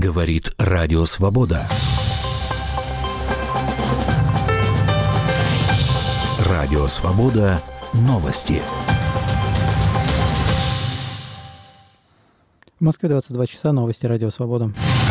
Говорит Радио Свобода. Радио Свобода. Новости. В Москве 22 часа. Новости Радио Свобода.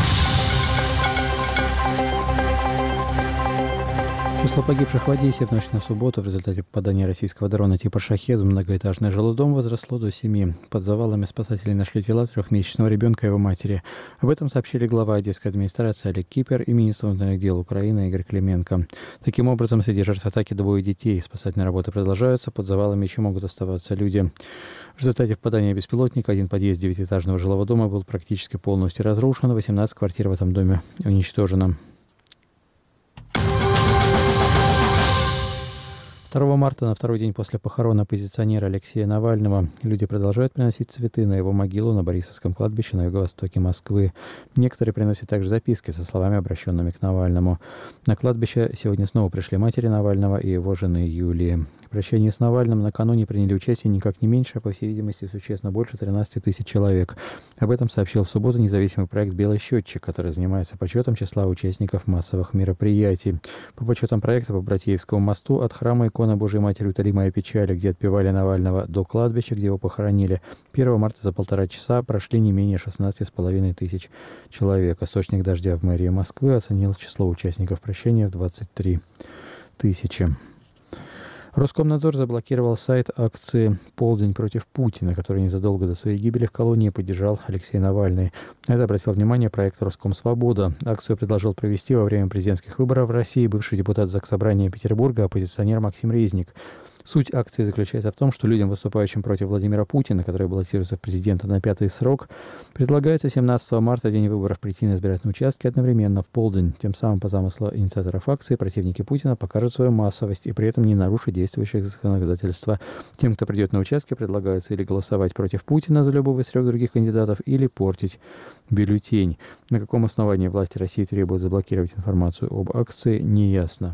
Число погибших в Одессе в ночь на субботу в результате попадания российского дрона типа «Шахед» в многоэтажный жилой дом возросло до 7. Под завалами спасатели нашли тела трехмесячного ребенка и его матери. Об этом сообщили глава Одесской администрации Олег Кипер и министр внутренних дел Украины Игорь Клименко. Таким образом, среди жертв атаки 2 детей. Спасательные работы продолжаются, под завалами еще могут оставаться люди. В результате попадания беспилотника один подъезд 9-этажного жилого дома был практически полностью разрушен, 18 квартир в этом доме уничтожено. 2 марта, на второй день после похорон оппозиционера Алексея Навального, люди продолжают приносить цветы на его могилу на Борисовском кладбище на юго-востоке Москвы. Некоторые приносят также записки со словами, обращенными к Навальному. На кладбище сегодня снова пришли матери Навального и его жены Юлии. В прощании с Навальным накануне приняли участие никак не меньше, а по всей видимости существенно больше 13 тысяч человек. Об этом сообщил в субботу независимый проект «Белый счетчик», который занимается подсчетом числа участников массовых мероприятий. По подсчетам проекта по Братеевскому мосту от храма иконы Божией Матери Утолимая печали, где отпевали Навального, до кладбища, где его похоронили, 1 марта за 1,5 часа прошли не менее 16,5 тысяч человек. Источник «Дождя» в мэрии Москвы оценил число участников прощения в 23 тысячи. Роскомнадзор заблокировал сайт акции «Полдень против Путина», который незадолго до своей гибели в колонии поддержал Алексей Навальный. На это обратил внимание проект «Роскомсвобода». Акцию предложил провести во время президентских выборов в России бывший депутат Заксобрания Петербурга, оппозиционер Максим Резник. Суть акции заключается в том, что людям, выступающим против Владимира Путина, который баллотируется в президенты на 5-й срок, предлагается 17 марта, день выборов, прийти на избирательные участки одновременно в полдень. Тем самым, по замыслу инициаторов акции, противники Путина покажут свою массовость и при этом не нарушат действующее законодательство. Тем, кто придет на участки, предлагается или голосовать против Путина за любого из 3 других кандидатов, или портить бюллетень. На каком основании власти России требуют заблокировать информацию об акции, неясно.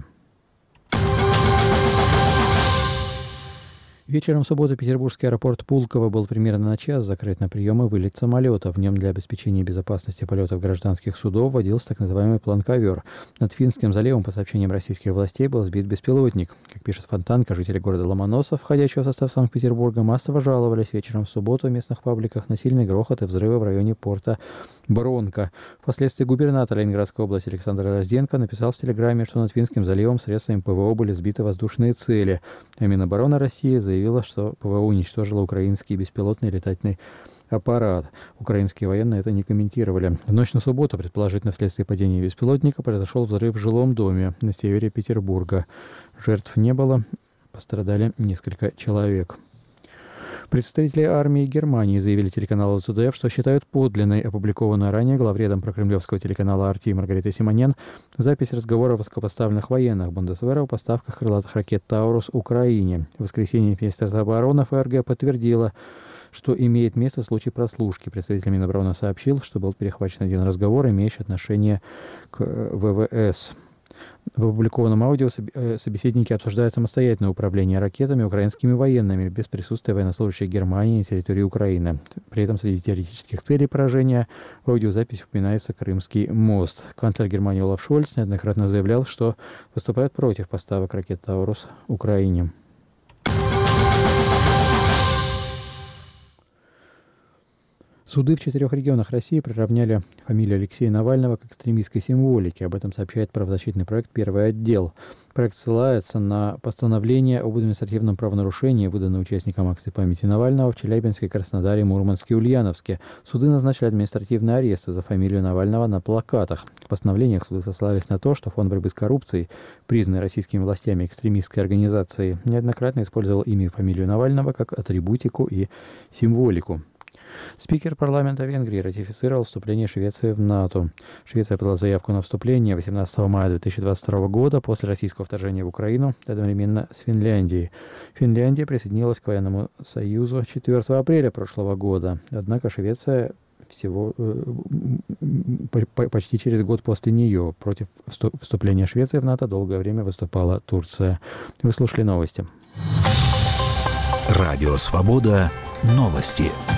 Вечером в субботу петербургский аэропорт Пулково был примерно на час закрыт на прием и вылет самолета. В нем для обеспечения безопасности полетов гражданских судов вводился так называемый план-ковер. Над Финским заливом, по сообщениям российских властей, был сбит беспилотник. Как пишет Фонтанка, жители города Ломоносов, входящего в состав Санкт-Петербурга, массово жаловались вечером в субботу в местных пабликах на сильный грохот и взрывы в районе порта Бронко. Впоследствии губернатор Ленинградской области Александр Дрозденко написал в Телеграме, что над Финским заливом средствами ПВО были сбиты воздушные цели. А Минобороны России заявила, что ПВО уничтожило украинский беспилотный летательный аппарат. Украинские военные это не комментировали. В ночь на субботу, предположительно вследствие падения беспилотника, произошел взрыв в жилом доме на севере Петербурга. Жертв не было, пострадали несколько человек. Представители армии Германии заявили телеканалу ЗДФ, что считают подлинной опубликованную ранее главредом прокремлевского телеканала «Арти» Маргаритой Симонян запись разговора высокопоставленных военных Бундесвера о поставках крылатых ракет «Таурус» Украине. В воскресенье Министерство обороны ФРГ подтвердило, что имеет место случай прослушки. Представитель Минобороны сообщил, что был перехвачен один разговор, имеющий отношение к ВВС. В опубликованном аудио собеседники обсуждают самостоятельное управление ракетами украинскими военными без присутствия военнослужащих Германии на территории Украины. При этом среди теоретических целей поражения в аудиозаписи упоминается Крымский мост. Канцлер Германии Олаф Шольц неоднократно заявлял, что выступает против поставок ракет «Таурус» Украине. Суды в 4 регионах России приравняли фамилию Алексея Навального к экстремистской символике. Об этом сообщает правозащитный проект «Первый отдел». Проект ссылается на постановление об административном правонарушении, выданное участникам акции памяти Навального в Челябинске, Краснодаре, Мурманске и Ульяновске. Суды назначили административные аресты за фамилию Навального на плакатах. В постановлениях суды сослались на то, что Фонд борьбы с коррупцией, признанный российскими властями экстремистской организацией, неоднократно использовал имя и фамилию Навального как атрибутику и символику. Спикер парламента Венгрии ратифицировал вступление Швеции в НАТО. Швеция подала заявку на вступление 18 мая 2022 года после российского вторжения в Украину одновременно с Финляндией. Финляндия присоединилась к военному союзу 4 апреля прошлого года. Однако Швеция всего почти через год после нее. Против вступления Швеции в НАТО долгое время выступала Турция. Вы слушали новости. Радио Свобода. Новости.